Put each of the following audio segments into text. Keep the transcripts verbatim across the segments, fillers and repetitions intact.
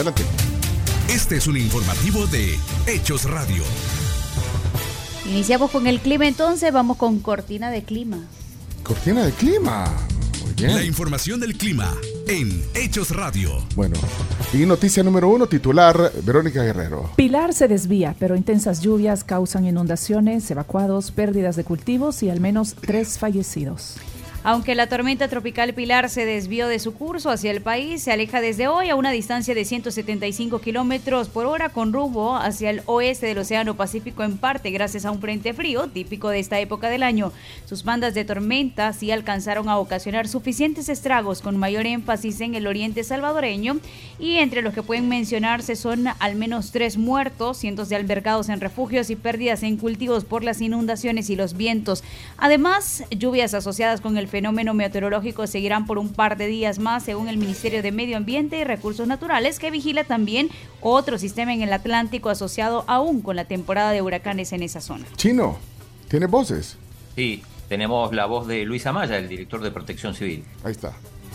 Adelante. Este es un informativo de Hechos Radio. Iniciamos con el clima, entonces vamos con cortina de clima. Cortina de clima. Muy bien. La información del clima en Hechos Radio. Bueno, y noticia número uno, titular, Verónica Guerrero. Pilar se desvía, pero intensas lluvias causan inundaciones, evacuados, pérdidas de cultivos y al menos tres fallecidos. Aunque la tormenta tropical Pilar se desvió de su curso hacia el país, se aleja desde hoy a una distancia de ciento setenta y cinco kilómetros por hora con rumbo hacia el oeste del Océano Pacífico, en parte gracias a un frente frío típico de esta época del año. Sus bandas de tormenta sí alcanzaron a ocasionar suficientes estragos, con mayor énfasis en el oriente salvadoreño, y entre los que pueden mencionarse son al menos tres muertos, cientos de albergados en refugios y pérdidas en cultivos por las inundaciones y los vientos. Además, lluvias asociadas con el fenómeno meteorológico seguirán por un par de días más, según el Ministerio de Medio Ambiente y Recursos Naturales, que vigila también otro sistema en el Atlántico asociado aún con la temporada de huracanes en esa zona. Chino, ¿tiene voces? Sí, tenemos la voz de Luis Amaya, el director de Protección Civil. Ahí está.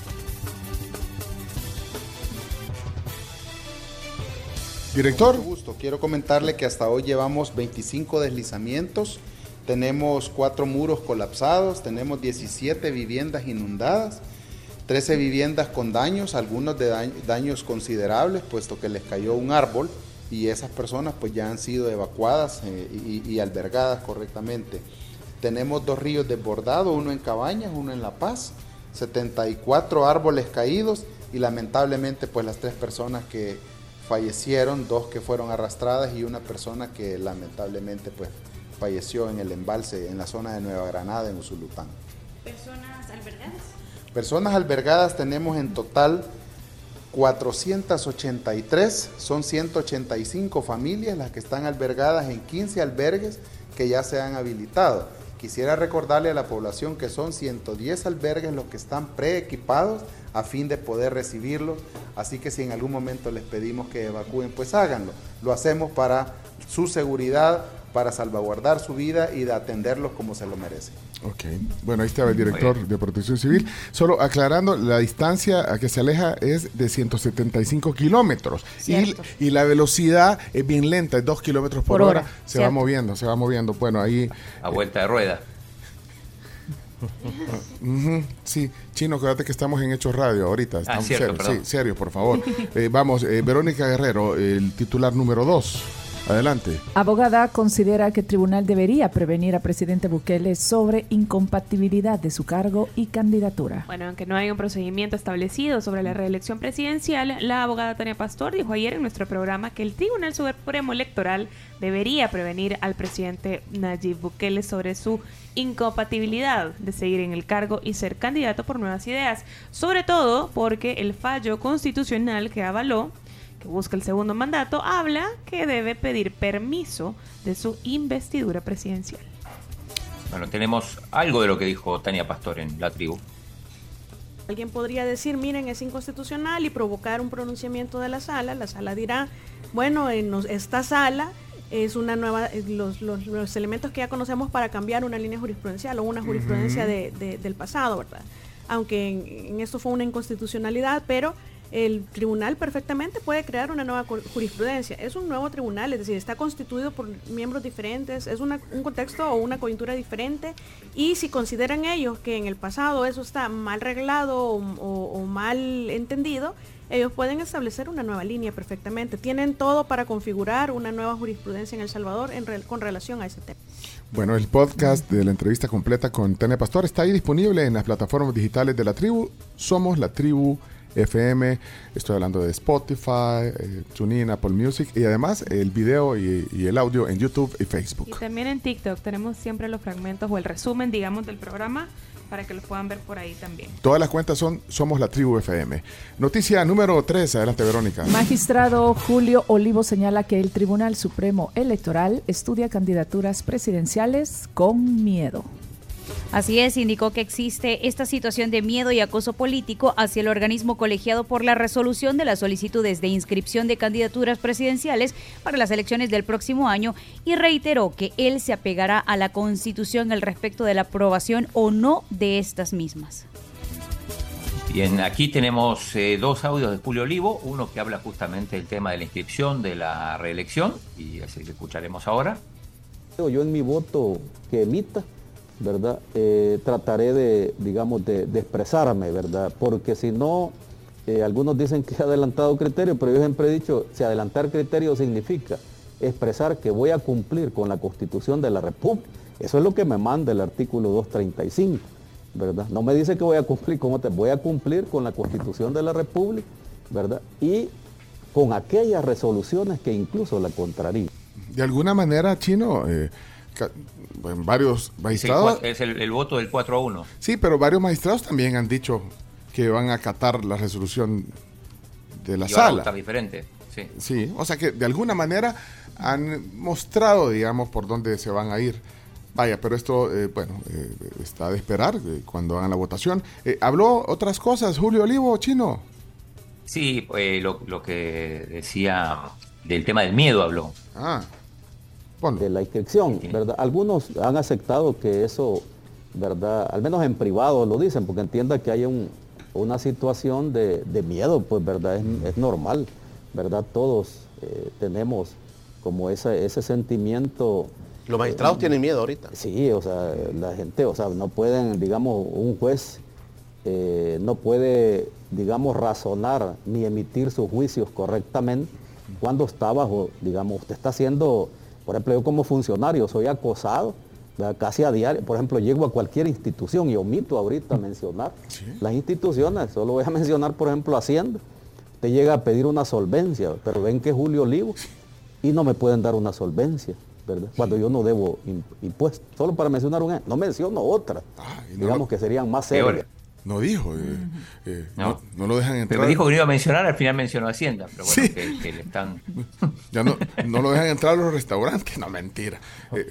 Director. Con gusto. Quiero comentarle que hasta hoy llevamos veinticinco deslizamientos. Tenemos cuatro muros colapsados, tenemos diecisiete viviendas inundadas, trece viviendas con daños, algunos de daño, daños considerables, puesto que les cayó un árbol y esas personas pues ya han sido evacuadas eh, y, y albergadas correctamente. Tenemos dos ríos desbordados, uno en Cabañas, uno en La Paz, setenta y cuatro árboles caídos y lamentablemente pues las tres personas que fallecieron, dos que fueron arrastradas y una persona que lamentablemente pues falleció en el embalse en la zona de Nueva Granada, en Usulután. ¿Personas albergadas? Personas albergadas tenemos en total cuatrocientas ochenta y tres, son ciento ochenta y cinco familias las que están albergadas en quince albergues que ya se han habilitado. Quisiera recordarle a la población que son ciento diez albergues los que están preequipados a fin de poder recibirlos, así que si en algún momento les pedimos que evacúen, pues háganlo. Lo hacemos para su seguridad, para salvaguardar su vida y de atenderlos como se lo merecen. Ok, bueno, ahí estaba el director de Protección Civil. Solo aclarando, la distancia a que se aleja es de ciento setenta y cinco kilómetros y, y la velocidad es bien lenta, es dos kilómetros por, por hora, hora. Se Cierto. va moviendo, se va moviendo. Bueno, ahí... A vuelta de rueda. Uh-huh, sí, Chino, acuérdate que estamos en Hechos Radio ahorita. Estamos ah, cierto, serios, sí, serio, por favor. eh, vamos, eh, Verónica Guerrero, el titular número dos. Adelante. Abogada considera que el tribunal debería prevenir a presidente Bukele sobre incompatibilidad de su cargo y candidatura. Bueno, aunque no hay un procedimiento establecido sobre la reelección presidencial, la abogada Tania Pastor dijo ayer en nuestro programa que el Tribunal Supremo Electoral debería prevenir al presidente Nayib Bukele sobre su incompatibilidad de seguir en el cargo y ser candidato por Nuevas Ideas, sobre todo porque el fallo constitucional que avaló que busca el segundo mandato, habla que debe pedir permiso de su investidura presidencial. Bueno, tenemos algo de lo que dijo Tania Pastor en La Tribu. Alguien podría decir, miren, es inconstitucional y provocar un pronunciamiento de la sala. La sala dirá, bueno, en esta sala es una nueva, los, los, los elementos que ya conocemos para cambiar una línea jurisprudencial o una jurisprudencia uh-huh. de, de, del pasado, ¿verdad? Aunque en, en esto fue una inconstitucionalidad, pero el tribunal perfectamente puede crear una nueva jurisprudencia. Es un nuevo tribunal, es decir, está constituido por miembros diferentes, es una, un contexto o una coyuntura diferente, y si consideran ellos que en el pasado eso está mal reglado o, o, o mal entendido, ellos pueden establecer una nueva línea perfectamente. Tienen todo para configurar una nueva jurisprudencia en El Salvador en re, con relación a ese tema. Bueno, el podcast de la entrevista completa con Tania Pastor está ahí disponible en las plataformas digitales de La Tribu. Somos La Tribu F M, estoy hablando de Spotify, eh, TuneIn, Apple Music y además el video y, y el audio en YouTube y Facebook. Y también en TikTok tenemos siempre los fragmentos o el resumen, digamos, del programa para que los puedan ver por ahí también. Todas las cuentas son Somos La Tribu F M. Noticia número tres, adelante Verónica. Magistrado Julio Olivo señala que el Tribunal Supremo Electoral estudia candidaturas presidenciales con miedo. Así es, indicó que existe esta situación de miedo y acoso político hacia el organismo colegiado por la resolución de las solicitudes de inscripción de candidaturas presidenciales para las elecciones del próximo año y reiteró que él se apegará a la Constitución al respecto de la aprobación o no de estas mismas. Bien, aquí tenemos eh, dos audios de Julio Olivo, uno que habla justamente del tema de la inscripción de la reelección, y así que escucharemos ahora. Yo en mi voto que emita, ¿verdad? Eh, trataré de, digamos, de, de expresarme, ¿verdad? Porque si no, eh, algunos dicen que he adelantado criterio, pero yo siempre he dicho, si adelantar criterio significa expresar que voy a cumplir con la Constitución de la República, eso es lo que me manda el artículo doscientos treinta y cinco, ¿verdad? No me dice que voy a cumplir con otra, voy a cumplir con la Constitución de la República, ¿verdad? Y con aquellas resoluciones que incluso la contrarían. De alguna manera, Chino, eh, en varios magistrados... Es, el, es el, el voto del cuatro a uno. Sí, pero varios magistrados también han dicho que van a acatar la resolución de la y sala. van a votar diferente, sí. Sí, o sea que de alguna manera han mostrado, digamos, por dónde se van a ir. Vaya, pero esto, eh, bueno, eh, está de esperar eh, cuando hagan la votación. Eh, ¿Habló otras cosas Julio Olivo, Chino? Sí, eh, lo, lo que decía del tema del miedo habló. Ah, bueno. De la inscripción, ¿verdad? Algunos han aceptado que eso, ¿verdad? Al menos en privado lo dicen, porque entiendan que hay un, una situación de, de miedo, pues, ¿verdad? Es, es normal, ¿verdad? Todos eh, tenemos como ese, ese sentimiento. Los magistrados eh, tienen miedo ahorita. Sí, o sea, la gente, o sea, no pueden, digamos, un juez eh, no puede, digamos, razonar ni emitir sus juicios correctamente cuando está bajo, digamos, usted está haciendo, por ejemplo, yo como funcionario soy acosado, ¿verdad? Casi a diario. Por ejemplo, llego a cualquier institución y omito ahorita mencionar ¿sí? las instituciones, solo voy a mencionar, por ejemplo, Hacienda. Usted llega a pedir una solvencia, pero ven que es Julio Olivo y no me pueden dar una solvencia, ¿verdad? Cuando yo no debo impuestos. Solo para mencionar una, no menciono otra, ah, no digamos lo, que serían más serias. No dijo, eh, eh, no. No, no lo dejan entrar. Pero dijo que no iba a mencionar, al final mencionó Hacienda, pero bueno, sí. que, que le están... Ya no, no lo dejan entrar a los restaurantes, no, mentira. Eh,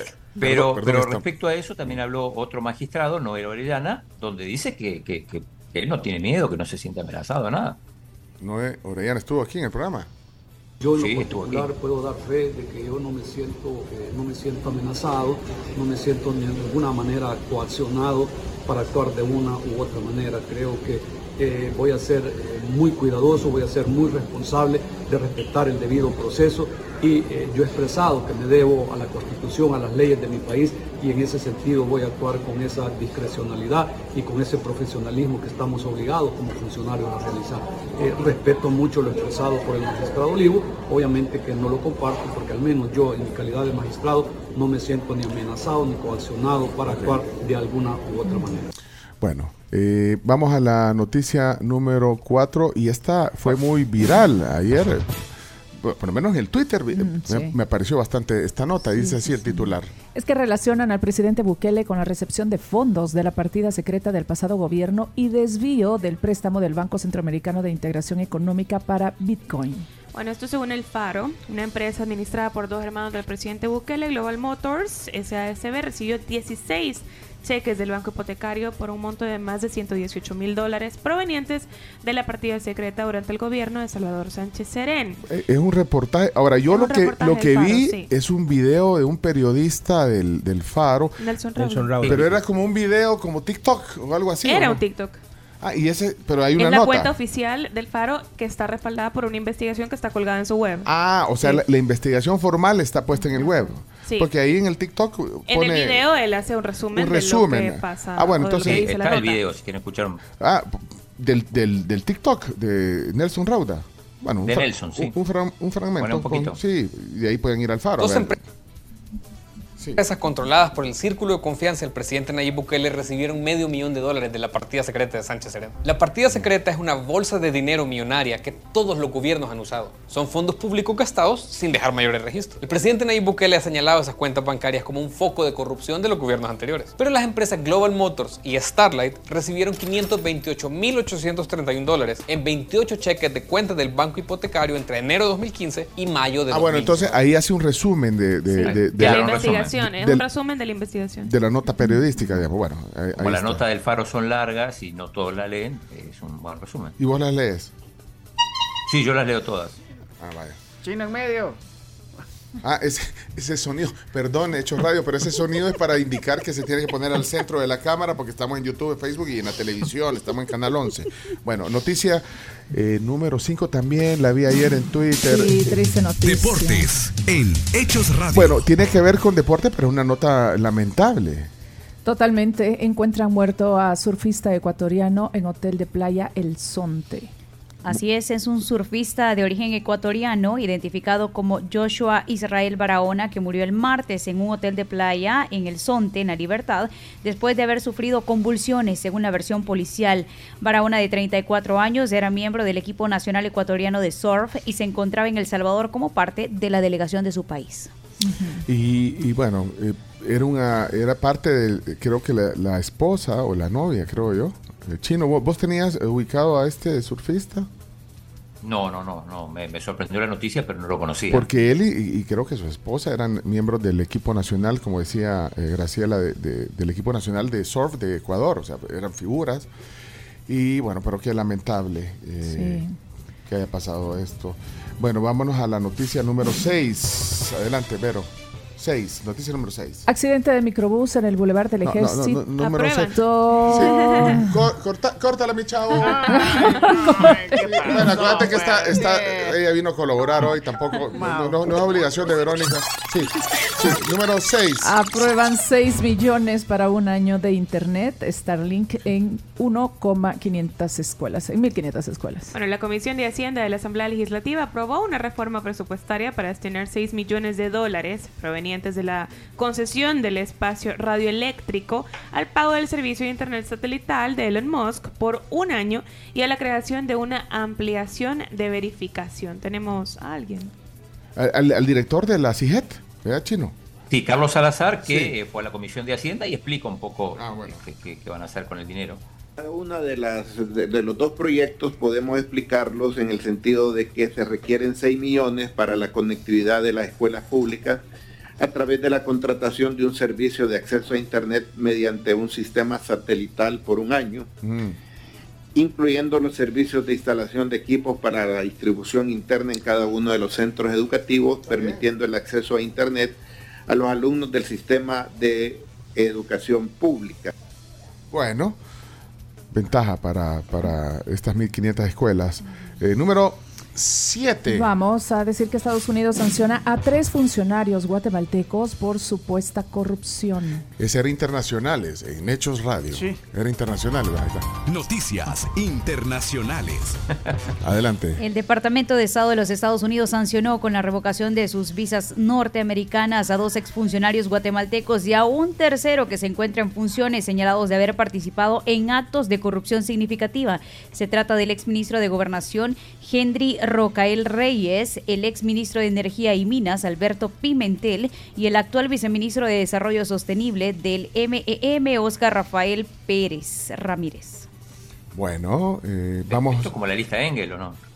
pero perdón, pero perdón, respecto a eso también habló otro magistrado, Noel Orellana, donde dice que, que, que, que él no tiene miedo, que no se siente amenazado, nada. Noel Orellana estuvo aquí en el programa. Yo en sí, lo particular puedo dar fe de que yo no me siento, eh, no me siento amenazado, no me siento de alguna manera coaccionado para actuar de una u otra manera. Creo que eh, voy a ser eh, muy cuidadoso, voy a ser muy responsable de respetar el debido proceso y eh, yo he expresado que me debo a la Constitución, a las leyes de mi país y en ese sentido voy a actuar con esa discrecionalidad y con ese profesionalismo que estamos obligados como funcionarios a realizar. Eh, respeto mucho lo expresado por el magistrado Olivo, obviamente que no lo comparto porque al menos yo en mi calidad de magistrado no me siento ni amenazado ni coaccionado para actuar de alguna u otra manera. Bueno, eh, vamos a la noticia número cuatro y esta fue muy viral ayer, por lo menos en el Twitter mm, sí. me, me apareció bastante esta nota, sí, dice así sí, el titular. Es que relacionan al presidente Bukele con la recepción de fondos de la partida secreta del pasado gobierno y desvío del préstamo del Banco Centroamericano de Integración Económica para Bitcoin. Bueno, esto según El Faro, una empresa administrada por dos hermanos del presidente Bukele, Global Motors, S A S B, recibió dieciséis cheques del banco hipotecario por un monto de más de ciento dieciocho mil dólares provenientes de la partida secreta durante el gobierno de Salvador Sánchez Serén. Es un reportaje. Ahora, yo lo que lo que Faro, vi sí. es un video de un periodista del, del Faro. Nelson Raúl. Pero era como un video como TikTok o algo así. Era ¿no? un TikTok. Ah, y ese, pero hay una nota. Es la nota. cuenta oficial del Faro que está respaldada por una investigación que está colgada en su web. Ah, o sea, sí. la, la investigación formal está puesta en el web. Sí. Porque ahí en el TikTok pone... En el video él hace un resumen, un resumen. de lo que pasa. Ah, bueno, entonces... Sí, está el video, si quieren escuchar. Ah, del, del, del TikTok de Nelson Rauda. Bueno, un de fra- Nelson, sí. Un, un, fra- un fragmento. Bueno, un poquito. Con, sí, y ahí pueden ir al Faro. Dos a ver. Sí. Empresas controladas por el círculo de confianza del presidente Nayib Bukele recibieron medio millón de dólares de la partida secreta de Sánchez Serén. La partida secreta es una bolsa de dinero millonaria que todos los gobiernos han usado. Son fondos públicos gastados sin dejar mayores registros. El presidente Nayib Bukele ha señalado esas cuentas bancarias como un foco de corrupción de los gobiernos anteriores. Pero las empresas Global Motors y Starlight recibieron quinientos veintiocho mil ochocientos treinta y uno dólares en veintiocho cheques de cuentas del banco hipotecario entre enero de dos mil quince y mayo de Ah, dos mil quince. bueno, entonces ahí hace un resumen de, de, Sí. de, de, de la la, investigación, es del- un resumen de la investigación. de la nota periodística, digamos. Bueno, ahí, Como ahí las está. notas del Faro son largas y no todos la leen, es un buen resumen. ¿Y vos las lees? Sí, yo las leo todas. Ah, vaya. Chino en medio. Ah, ese, ese sonido, perdón, Hechos Radio, pero ese sonido es para indicar que se tiene que poner al centro de la cámara porque estamos en YouTube, Facebook y en la televisión, estamos en Canal once. Bueno, noticia eh, número cinco también, la vi ayer en Twitter. Sí, triste noticia. Deportes en Hechos Radio. Bueno, tiene que ver con deporte, pero es una nota lamentable. Totalmente, encuentran muerto a surfista ecuatoriano en hotel de playa El Zonte. Así es, es un surfista de origen ecuatoriano identificado como Joshua Israel Barahona, que murió el martes en un hotel de playa en El Zonte, en La Libertad, después de haber sufrido convulsiones, según la versión policial. Barahona, de treinta y cuatro años, era miembro del equipo nacional ecuatoriano de surf y se encontraba en El Salvador como parte de la delegación de su país. Uh-huh. Y, y bueno, eh, era una era parte del, creo que la, la esposa o la novia, creo yo. Chino, ¿vos, vos tenías ubicado a este surfista? No, no, no, no. Me, me sorprendió la noticia, pero no lo conocía. Porque él y, y creo que su esposa eran miembros del equipo nacional, como decía eh, Graciela, de, de, del equipo nacional de surf de Ecuador. O sea, eran figuras. Y bueno, pero qué lamentable eh, sí. que haya pasado esto. Bueno, vámonos a la noticia número seis. Adelante, Vero. seis, noticia número seis. Accidente de microbús en el Boulevard del Ejército. No, no, no, número seis. Sí. Cor, corta, córtala, mi chavo. Ay, sí. Bueno, acuérdate que está, está, ella vino a colaborar hoy, tampoco, no, no, no es obligación de Verónica. Sí, sí, número seis. Aprueban seis millones para un año de internet Starlink en uno coma quinientas escuelas, en mil quinientas escuelas. Bueno, la Comisión de Hacienda de la Asamblea Legislativa aprobó una reforma presupuestaria para destinar seis millones de dólares provenientes de la concesión del espacio radioeléctrico al pago del servicio de internet satelital de Elon Musk por un año y a la creación de una ampliación de verificación. ¿Tenemos a alguien? Al, al director de la C I G E T, ¿verdad, Chino? Sí, Carlos Salazar, que sí. eh, fue a la Comisión de Hacienda y explica un poco ah, bueno. qué, qué, qué van a hacer con el dinero. Cada una de las de, de los dos proyectos podemos explicarlos en el sentido de que se requieren seis millones para la conectividad de las escuelas públicas a través de la contratación de un servicio de acceso a internet mediante un sistema satelital por un año, mm. incluyendo los servicios de instalación de equipos para la distribución interna en cada uno de los centros educativos, permitiendo el acceso a internet a los alumnos del sistema de educación pública. Bueno, ventaja para, para estas mil quinientas escuelas. Eh, número siete. Vamos a decir que Estados Unidos sanciona a tres funcionarios guatemaltecos por supuesta corrupción. Ese era internacionales, en Hechos Radio. Sí. Era internacional, ¿verdad? Noticias internacionales. Adelante. El Departamento de Estado de los Estados Unidos sancionó con la revocación de sus visas norteamericanas a dos exfuncionarios guatemaltecos y a un tercero que se encuentra en funciones, señalados de haber participado en actos de corrupción significativa. Se trata del exministro de Gobernación, Henry Rocael Reyes, el exministro de Energía y Minas, Alberto Pimentel, y el actual viceministro de Desarrollo Sostenible del M E M, Oscar Rafael Pérez Ramírez. Bueno, eh, vamos... Esto es como la lista Engel, ¿o no?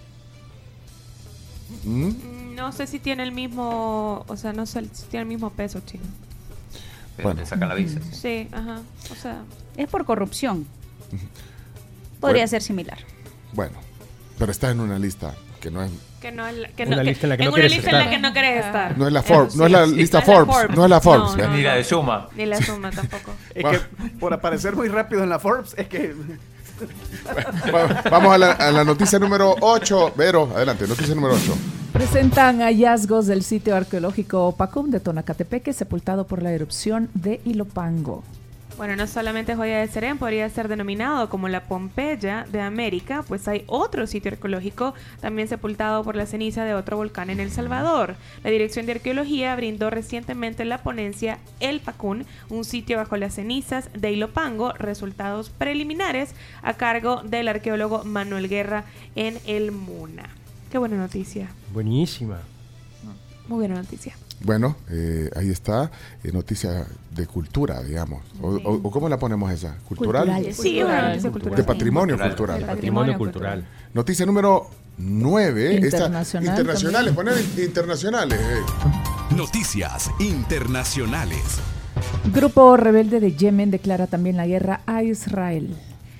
¿Mm? No sé si tiene el mismo, o sea, no sé si tiene el mismo peso, Chino. Pero bueno, te sacan la visa. Sí, sí, ajá, o sea... Es por corrupción. Podría bueno, ser similar. Bueno. Pero está en una lista que no es... Que no, que una no, lista en la que en no una quieres lista estar. en la que no querés estar. No es la Forbes, no es la lista no Forbes, es la Forbes, no es la Forbes. no, no, Ni la de no. Suma. Ni la Suma tampoco. Es que por aparecer muy rápido en la Forbes, es que... Vamos a la, a la noticia número ocho. Vero, adelante, noticia número ocho. Presentan hallazgos del sitio arqueológico Pacum de Tonacatepeque, sepultado por la erupción de Ilopango. Bueno, no solamente Joya de Serén podría ser denominado como la Pompeya de América, pues hay otro sitio arqueológico también sepultado por la ceniza de otro volcán en El Salvador. La Dirección de Arqueología brindó recientemente la ponencia El Pacún, un sitio bajo las cenizas de Ilopango, resultados preliminares a cargo del arqueólogo Manuel Guerra en el MUNA. Qué buena noticia. Buenísima. Muy buena noticia. Bueno, eh, ahí está, eh, noticia de cultura, digamos. O, sí. o, o ¿cómo la ponemos esa? ¿Cultural? Cultural. Sí, una noticia cultural. De patrimonio cultural. cultural. De patrimonio cultural. Noticia número nueve. Internacional. Esta, internacionales, poner internacionales. Eh. Noticias internacionales. Grupo rebelde de Yemen declara también la guerra a Israel.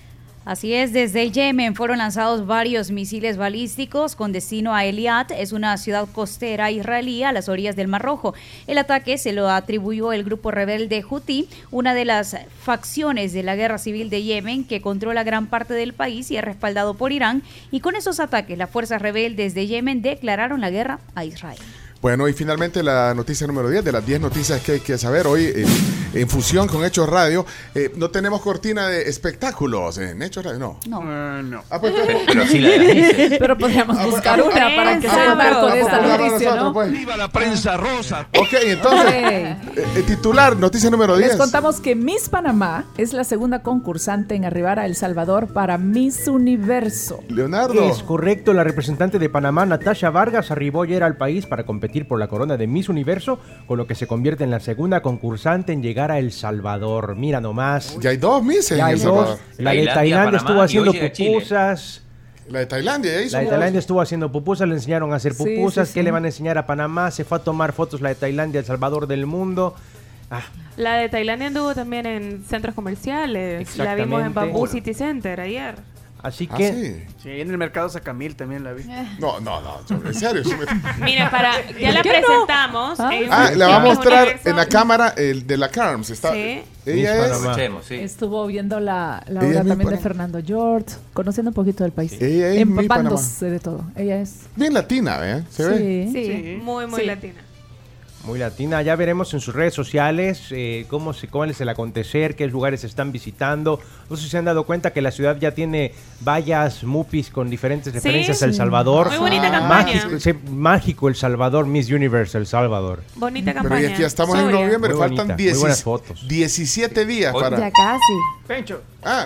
Así es, desde Yemen fueron lanzados varios misiles balísticos con destino a Eliat, es una ciudad costera israelí a las orillas del Mar Rojo. El ataque se lo atribuyó el grupo rebelde Houthi, una de las facciones de la guerra civil de Yemen que controla gran parte del país y es respaldado por Irán. Y con esos ataques, las fuerzas rebeldes de Yemen declararon la guerra a Israel. Bueno, y finalmente la noticia número diez, de las diez noticias que hay que saber hoy eh, en fusión con Hechos Radio. Eh, no tenemos cortina de espectáculos en Hechos Radio, no. No. Uh, no. Ah, pues, Pero, pero sí la de Pero podríamos Ah, buscar ah, una ah, para ah, que ah, sea el ah, marco ah, de ah, esta ah, noticia, nosotros, ¿no? pues. ¡Viva la prensa rosa! Ok, entonces, Ok. eh, eh, titular, noticia número diez. Les contamos que Miss Panamá es la segunda concursante en arribar a El Salvador para Miss Universo. Leonardo. Es correcto, la representante de Panamá, Natasha Vargas, arribó ayer al país para competir por la corona de Miss Universo, con lo que se convierte en la segunda concursante en llegar a El Salvador. Mira nomás. Ya hay dos Misses Ya en hay El dos. Salvador. La de Tailandia, Tailandia Panamá, estuvo y hoy haciendo llega Chile. pupusas. La de Tailandia, ya hizo. La de Tailandia estuvo haciendo pupusas, le enseñaron a hacer Sí, pupusas. sí, ¿Qué sí. le van a enseñar a Panamá? Se fue a tomar fotos la de Tailandia, El Salvador del mundo. Ah, La de Tailandia anduvo también en centros comerciales. La vimos en Exactamente. Bamboo City Center ayer. así Ah, que sí. Sí, en el mercado Sacamil también la vi. No, no, no, yo- en serio. sí me- Mira, para, ya la ¿Por qué no? presentamos. Ah. en Ah, la va a Miss mostrar Universo. en la cámara el de la Carms. Está, Sí. Ella Miss es. Panamá. Escuchemos, sí. Estuvo viendo la, la Ella obra es Miss también de Panamá. Fernando George, conociendo un poquito del país. Ella es Miss Empapándose de todo. Ella es. Bien latina, ¿eh? ¿Se ve? Sí. Sí, muy, muy Sí. latina. muy latina. Ya veremos en sus redes sociales eh, cómo se, cuál es el acontecer, qué lugares están visitando. No sé si se han dado cuenta que la ciudad ya tiene vallas, mupis con diferentes referencias a El Sí. Salvador. Muy bonita Ah, campaña. Mágico, sí, mágico El Salvador, Miss Universe El Salvador. Bonita Pero campaña. y aquí ya estamos en Sobria. noviembre, Muy faltan bonita, muy diez, buenas fotos. diecisiete días Hoy- para. Ya casi. Pencho. Ah,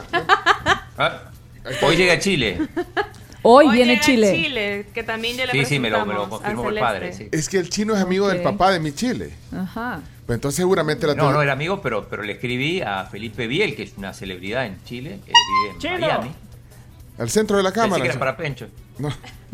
Ah, hoy llega a Chile. Hoy, Hoy viene llega Chile. Chile, que también ya le Sí, sí, me lo, me lo presentamos confirmó a el padre. Celeste. Sí. es que el chino es amigo Ok. del papá de mi Chile. Ajá. Pues entonces seguramente la No, tele- no era amigo, pero, pero le escribí a Felipe Biel, que es una celebridad en Chile, que vive en ¡Chino! Miami. al centro de la Pensé cámara. que era sí. para Pencho. No.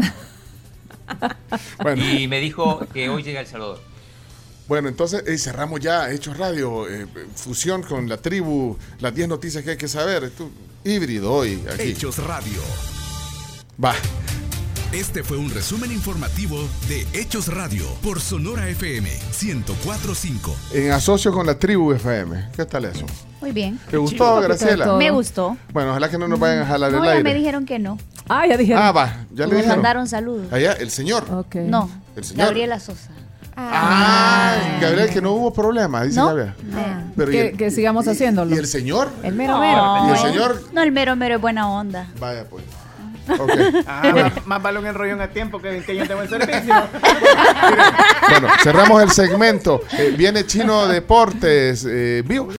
Bueno. Y me dijo que hoy llega a El Salvador. Bueno, entonces eh, cerramos ya Hechos Radio, eh, fusión con la tribu, las diez noticias que hay que saber. Esto, híbrido hoy aquí. Hechos Radio. Va. Este fue un resumen informativo de Hechos Radio por Sonora F M ciento cuatro punto cinco. En asocio con la tribu F M. ¿Qué tal eso? Muy bien. ¿Te gustó, poquito de Graciela? todo. Me gustó. Bueno, ojalá que no nos vayan a jalar No, el ya aire. me dijeron que no. Ah, ya dijeron. Ah, va. Ya le Me dijeron. mandaron saludos. Allá, el señor. Ok. No, El señor. Gabriela Sosa. Ah, Gabriel, que no hubo problema, dice ¿No? Gabriel. Ah, Pero ¿y que, el- que sigamos haciéndolo. ¿Y el señor? El mero No, mero. ¿Y el señor? No, el mero mero es buena onda. Vaya, pues. Ok. Ah, Bueno, más vale un enrollón a tiempo que que yo tengo el servicio. bueno, cerramos el segmento. Eh, viene Chino Deportes. Eh, vivo.